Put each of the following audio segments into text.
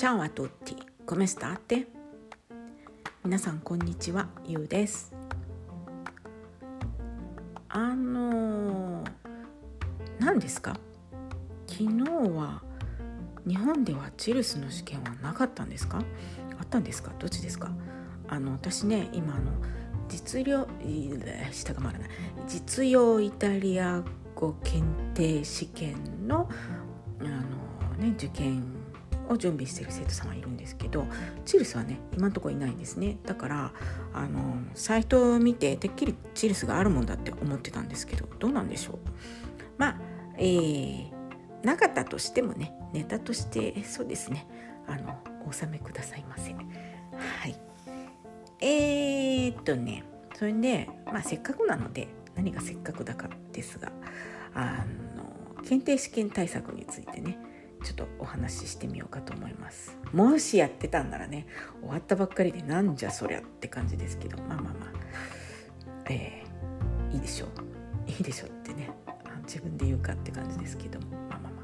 Ciao a tutti, come state? 皆さんこんにちは、ゆうです。何ですか？昨日は日本ではチルスの試験はなかったんですか？あったんですか？どっちですか？私ね、今実用イタリア語検定試験の受験を準備している生徒さんがいるんですけど、チルスはね今のところいないんですね。だからサイトを見ててっきりチルスがあるもんだって思ってたんですけど、どうなんでしょう。なかったとしてもね、ネタとしてそうですね、お納めくださいませ。はい。それでせっかくなので、何がせっかくだかですが、検定試験対策についてねちょっとお話ししてみようかと思います。もしやってたんならね、終わったばっかりでなんじゃそりゃって感じですけど、いいでしょうってね、自分で言うかって感じですけども、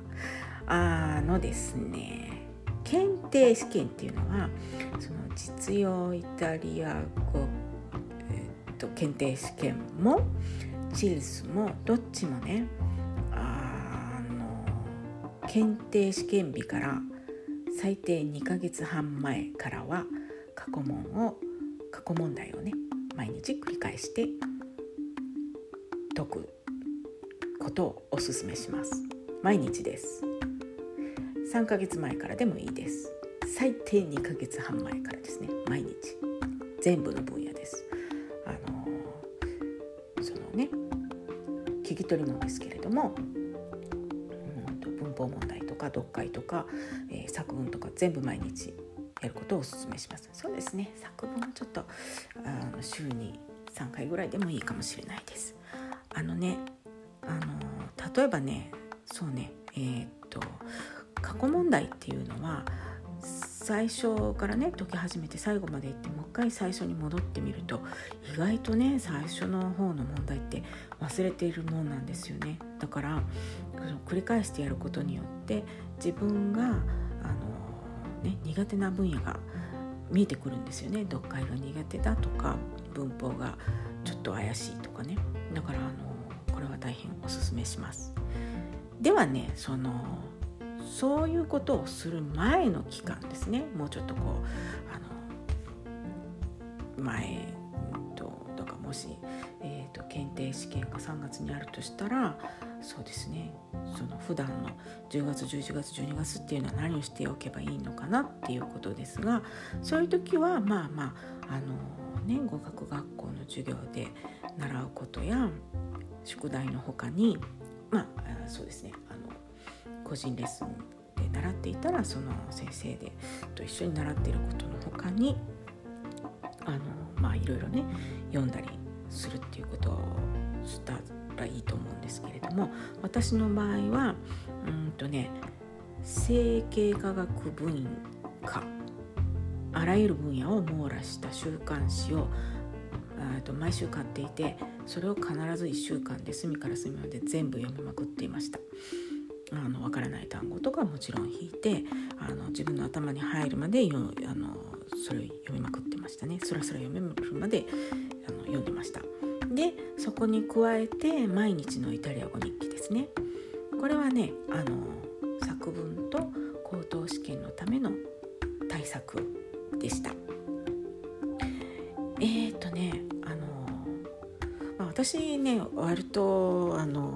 ですね、検定試験っていうのはその実用イタリア語、検定試験もチルスもどっちもね、検定試験日から最低2ヶ月半前からは過去問題をね毎日繰り返して解くことをお勧めします。毎日です。3ヶ月前からでもいいです。最低2ヶ月半前からですね。毎日全部の分野です。聞き取りなんですけれども、文法問題とか読解とか、作文とか全部毎日やることをお勧めします。そうですね、作文はちょっと週に3回ぐらいでもいいかもしれないです。例えばね、過去問題っていうのは最初からね解き始めて最後までいってもう一回最初に戻ってみると、意外とね最初の方の問題って忘れているもんなんですよね。だから繰り返してやることによって自分が苦手な分野が見えてくるんですよね。読解が苦手だとか文法がちょっと怪しいとかね。だからこれは大変おすすめします。ではね、そういうことをする前の期間ですね、もうちょっとだからもし、検定試験が3月にあるとしたら、そうですね、普段の10月11月12月っていうのは何をしておけばいいのかなっていうことですが、そういう時は語学学校の授業で習うことや宿題の他にそうですね、個人レッスンで習っていたらその先生と一緒に習っていることの他にいろいろね読んだりするっていうことをしたらいいと思うんですけれども、私の場合は整形科学文化、あらゆる分野を網羅した週刊誌を毎週買っていて、それを必ず1週間で隅から隅まで全部読みまくっていました。わからない単語とかもちろん引いて自分の頭に入るまでそれを読みまくってましたね。スラスラ読めるまで読んでました。でそこに加えて毎日のイタリア語日記ですね。これはね作文と口頭試験のための対策でした。私ね割と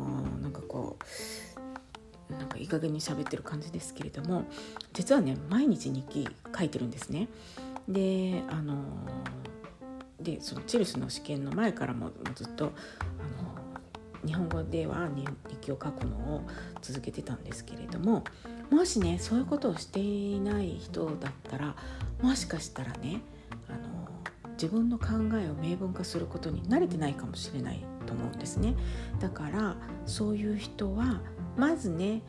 いい加減に喋ってる感じですけれども、実はね毎日日記書いてるんですね。でそのチルスの試験の前からもずっと日本語では日記を書くのを続けてたんですけれども、もしねそういうことをしていない人だったら、もしかしたらね自分の考えを明文化することに慣れてないかもしれないと思うんですね。だからそういう人はまずね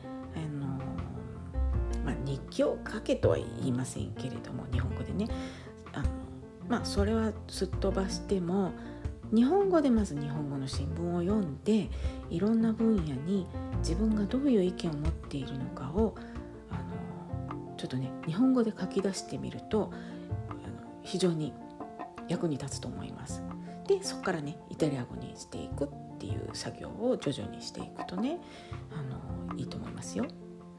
日記を書けとは言いませんけれども、日本語でねそれはすっ飛ばしても日本語でまず日本語の新聞を読んで、いろんな分野に自分がどういう意見を持っているのかをちょっとね日本語で書き出してみると非常に役に立つと思います。でそこからねイタリア語にしていくっていう作業を徐々にしていくとねいいと思いますよ。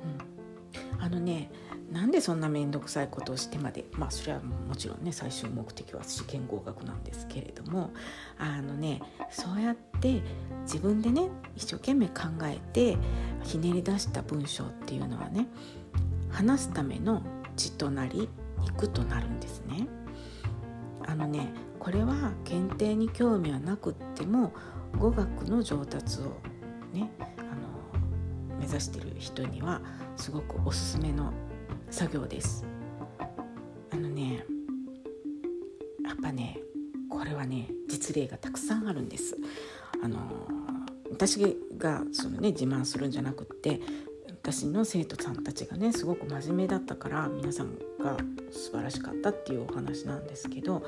なんでそんなめんどくさいことをしてまで、それはもちろんね最終目的は試験合格なんですけれども、そうやって自分でね一生懸命考えてひねり出した文章っていうのはね、話すための血となり肉となるんですね。これは検定に興味はなくっても語学の上達をね目指している人にはすごくおすすめの作業です。やっぱねこれはね実例がたくさんあるんです。私が自慢するんじゃなくって、私の生徒さんたちがねすごく真面目だったから皆さんが素晴らしかったっていうお話なんですけど、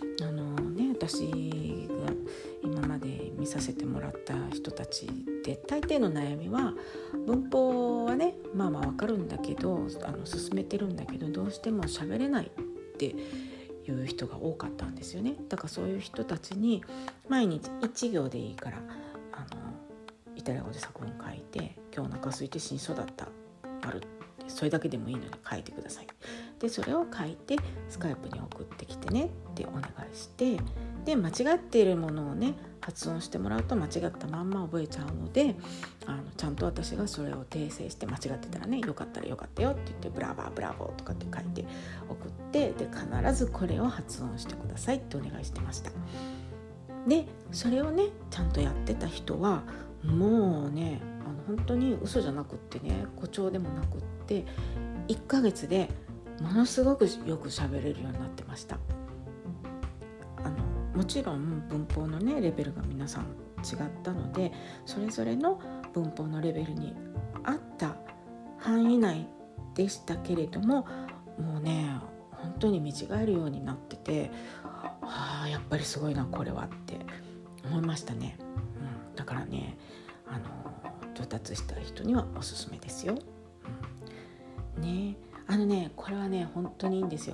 私が今まで見させてもらった人たちで大抵の悩みは文法はね分かるんだけど進めてるんだけどどうしても喋れないっていう人が多かったんですよね。だからそういう人たちに毎日1行でいいからイタリア語で作文書いて、今日お腹空いて死にそうだった丸、それだけでもいいので書いてください。でそれを書いてスカイプに送ってきてねってお願いして、で間違っているものをね発音してもらうと間違ったまんま覚えちゃうので、ちゃんと私がそれを訂正して間違ってたらねよかったらよかったよって言ってブラバーブラボーとかって書いて送って、で必ずこれを発音してくださいってお願いしてました。でそれをねちゃんとやってた人はもうね本当に嘘じゃなくってね誇張でもなくって1ヶ月でものすごくよく喋れるようになってました。もちろん文法のねレベルが皆さん違ったので、それぞれの文法のレベルに合った範囲内でしたけれども、もうね本当に見違えるようになってて、やっぱりすごいなこれはって思いましたね。だからね上達した人にはおすすめですよ。これはね本当にいいんですよ。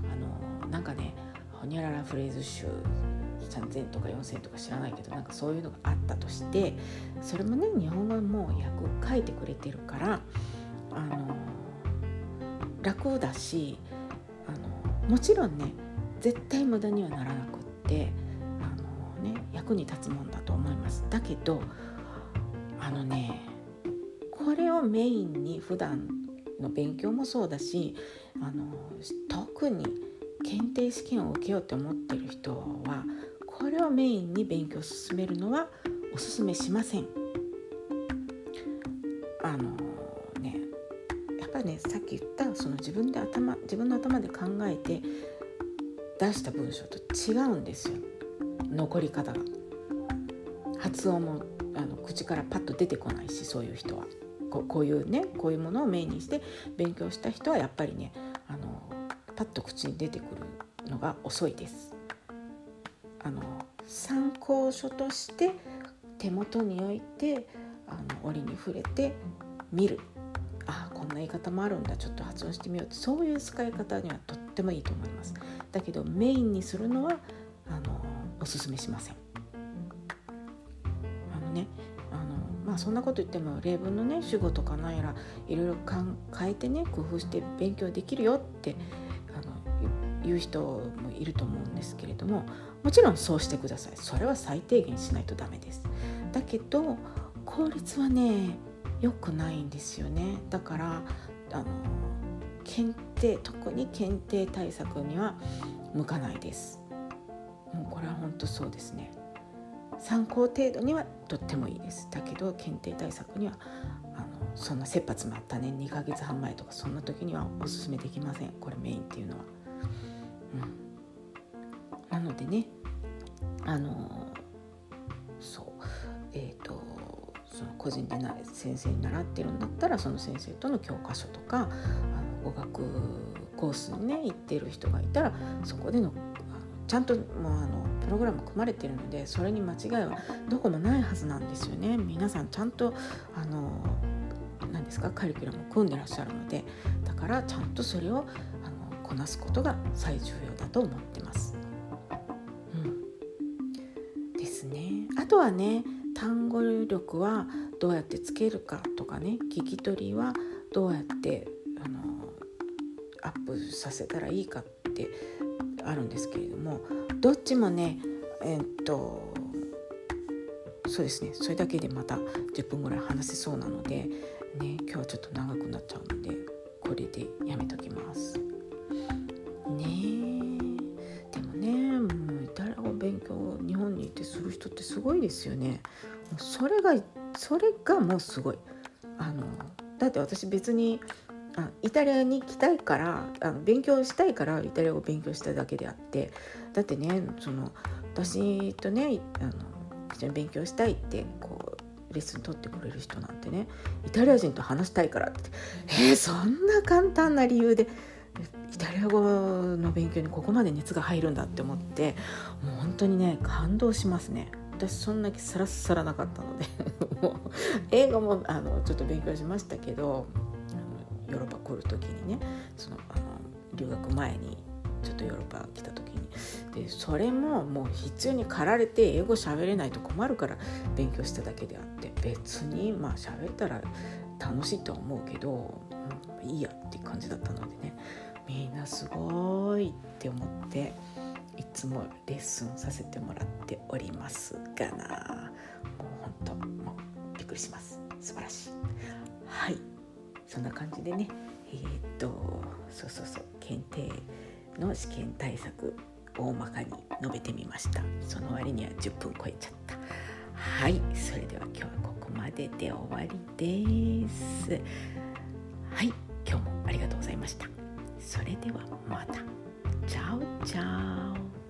ほにゃららフレーズ集3000とか4000とか知らないけどそういうのがあったとして、それもね日本語も訳書いてくれてるから楽だし、もちろんね絶対無駄にはならなくって役に立つもんだと思います。だけどこれをメインに普段の勉強もそうだし特に検定試験を受けようと思っている人はこれをメインに勉強を進めるのはおすすめしません。やっぱりねさっき言った自分の頭で考えて出した文章と違うんですよ。残り方が発音も口からパッと出てこないし、そういう人はこういうものをメインにして勉強した人はやっぱりねパッと口に出てくるのが遅いです。参考書として手元に置いて折に触れて見る、こんな言い方もあるんだ、ちょっと発音してみようって、そういう使い方にはとってもいいと思います。だけどメインにするのはおすすめしません。そんなこと言っても例文のね主語とかなんやらいろいろ変えてね工夫して勉強できるよって言う人もいると思うんですけれども、もちろんそうしてください。それは最低限しないとダメです。だけど効率はね良くないんですよね。だから特に検定対策には向かないです。もうこれは本当そうですね。参考程度にはとってもいいです。だけど検定対策にはそんな切羽詰まったね2ヶ月半前とかそんな時にはおすすめできません。これメインっていうのは、なのでねその個人で先生に習ってるんだったらその先生との教科書とか語学コースにね行ってる人がいたらそこでのちゃんともうプログラム組まれているので、それに間違いはどこもないはずなんですよね。皆さんちゃんと何ですか、カリキュラムを組んでらっしゃるので、だからちゃんとそれをこなすことが最重要だと思ってます。ですね。あとはね、単語力はどうやってつけるかとかね、聞き取りはどうやってアップさせたらいいかってあるんですけれども、どっちもねそうですね、それだけでまた10分ぐらい話せそうなので、ね、今日はちょっと長くなっちゃうのでこれでやめときますね。でもね、もうイタリア語勉強日本にいてする人ってすごいですよね。もうそれがもうすごい。だって私別にイタリアに来たいから勉強したいからイタリア語を勉強しただけであって、だってね、私とね一緒に勉強したいってこうレッスン取ってくれる人なんてね、イタリア人と話したいからって、そんな簡単な理由でイタリア語の勉強にここまで熱が入るんだって思って、もう本当にね感動しますね。私そんなにさらさらなかったのでもう英語もちょっと勉強しましたけど、ヨーロッパ来る時にね、留学前にちょっとヨーロッパ来た時にで、それももう必要に駆られて英語喋れないと困るから勉強しただけであって、別に喋ったら楽しいとは思うけど、いいやっていう感じだったのでね、みんなすごいって思っていつもレッスンさせてもらっておりますがな、もう本当もうびっくりします。素晴らしい。はい、そんな感じでね、そう検定の試験対策大まかに述べてみました。その割には10分超えちゃった。はい、それでは今日はここまでで終わりです。はい、今日もありがとうございました。それではまた。チャオチャオ。